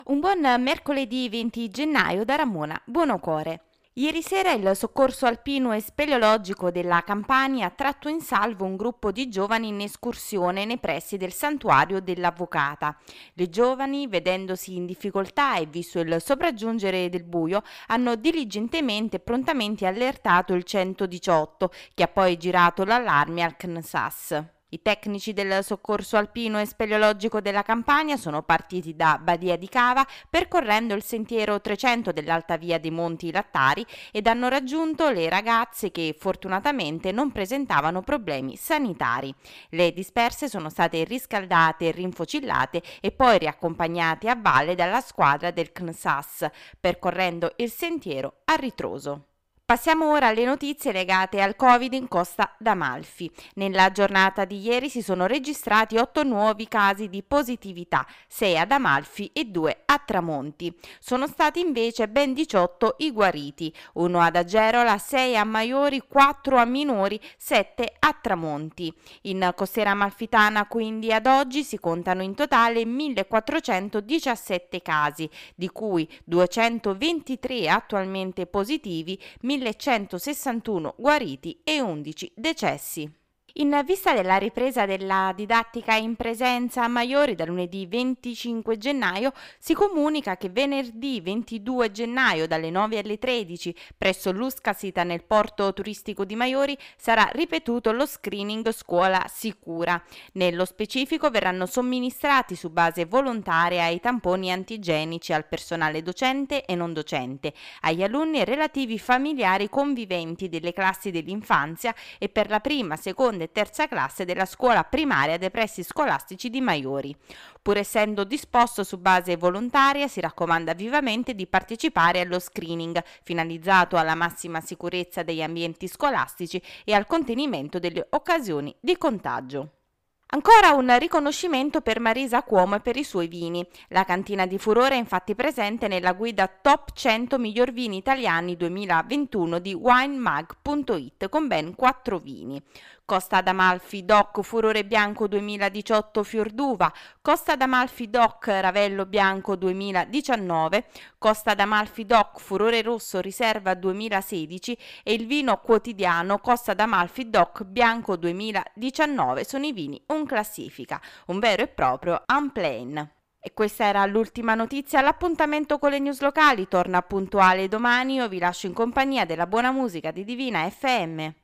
Un buon mercoledì 20 gennaio da Ramona Buonocore. Ieri sera il soccorso alpino e speleologico della Campania ha tratto in salvo un gruppo di giovani in escursione nei pressi del santuario dell'Avvocata. Le giovani, vedendosi in difficoltà e visto il sopraggiungere del buio, hanno diligentemente e prontamente allertato il 118, che ha poi girato l'allarme al CNSAS. I tecnici del soccorso alpino e speleologico della Campania sono partiti da Badia di Cava percorrendo il sentiero 300 dell'Alta Via dei Monti Lattari ed hanno raggiunto le ragazze che fortunatamente non presentavano problemi sanitari. Le disperse sono state riscaldate e rinfocillate e poi riaccompagnate a valle dalla squadra del CNSAS, percorrendo il sentiero a ritroso. Passiamo ora alle notizie legate al Covid in Costa d'Amalfi. Nella giornata di ieri si sono registrati 8 nuovi casi di positività, 6 ad Amalfi e 2 a Tramonti. Sono stati invece ben 18 i guariti, 1 ad Agerola, 6 a Maiori, 4 a Minori, 7 a Tramonti. In Costiera Amalfitana quindi ad oggi si contano in totale 1417 casi, di cui 223 attualmente positivi, 1161 guariti e 11 decessi. In vista della ripresa della didattica in presenza a Maiori da lunedì 25 gennaio, si comunica che venerdì 22 gennaio dalle 9 alle 13 presso l'Uscasita nel porto turistico di Maiori sarà ripetuto lo screening Scuola Sicura. Nello specifico verranno somministrati su base volontaria i tamponi antigenici al personale docente e non docente, agli alunni e relativi familiari conviventi delle classi dell'infanzia e per la prima, seconda e terza classe della scuola primaria dei pressi scolastici di Maiori. Pur essendo disposto su base volontaria, si raccomanda vivamente di partecipare allo screening, finalizzato alla massima sicurezza degli ambienti scolastici e al contenimento delle occasioni di contagio. Ancora un riconoscimento per Marisa Cuomo e per i suoi vini. La cantina di Furore è infatti presente nella guida Top 100 miglior vini italiani 2021 di winemag.it con ben 4 vini. Costa d'Amalfi DOC Furore Bianco 2018 Fiorduva, Costa d'Amalfi DOC Ravello Bianco 2019, Costa d'Amalfi DOC Furore Rosso Riserva 2016 e il vino quotidiano Costa d'Amalfi DOC Bianco 2019 sono i vini in classifica, un vero e proprio unplane. E questa era l'ultima notizia. L'appuntamento con le news locali torna puntuale domani. Io vi lascio in compagnia della buona musica di Divina FM.